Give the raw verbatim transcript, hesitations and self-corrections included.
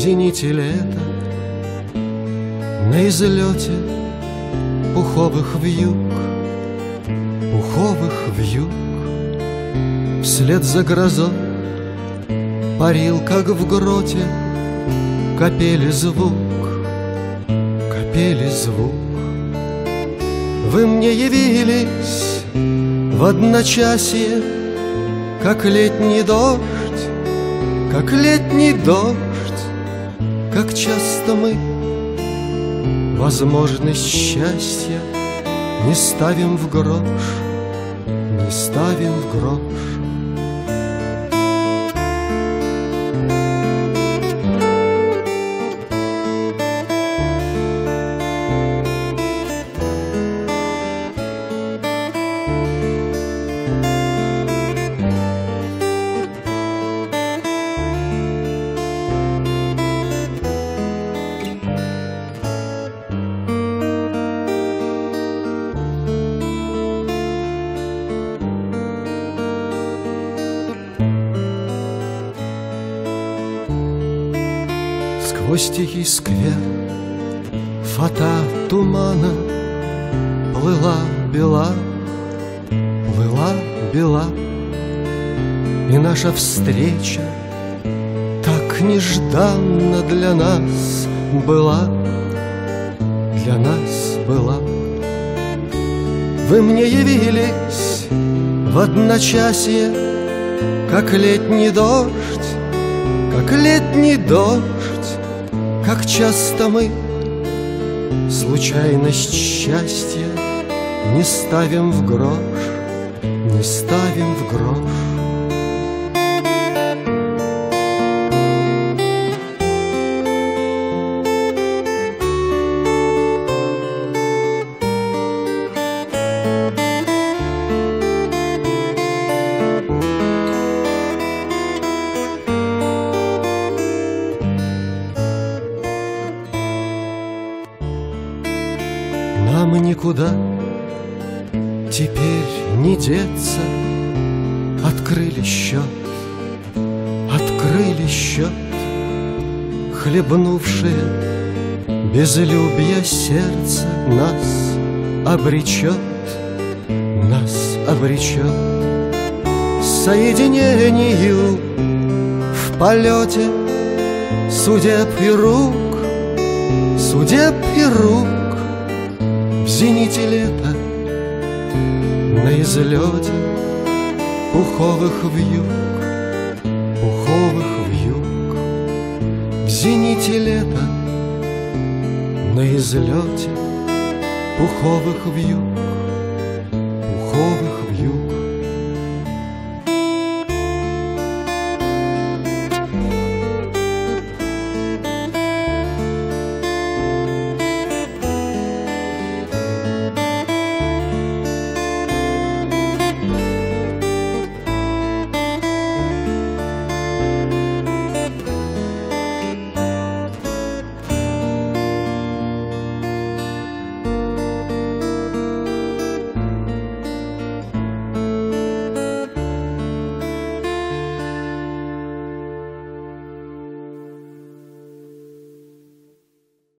зените лета, на излете пуховых вьюг, пуховых вьюг. Вслед за грозой парил, как в гроте, капели звук, капели звук. Вы мне явились в одночасье, как летний дождь, как летний дождь, как часто мы возможность счастья не ставим в грош, не ставим в грош. Сквозь тихий сквер фата тумана плыла бела, плыла бела. И наша встреча так нежданно для нас была, для нас была. Вы мне явились в одночасье, как летний дождь, как летний дождь. Как часто мы случайность счастья не ставим в грош, не ставим в грош. Нам никуда теперь не деться. Открыли счет, открыли счет. Хлебнувшее безлюбье сердце нас обречет, нас обречет соединению в полете судеб и рук, судеб и рук. В зените лета, на излете пуховых вьюг, пуховых вьюг. В зените лета, на излете пуховых вьюг, пуховых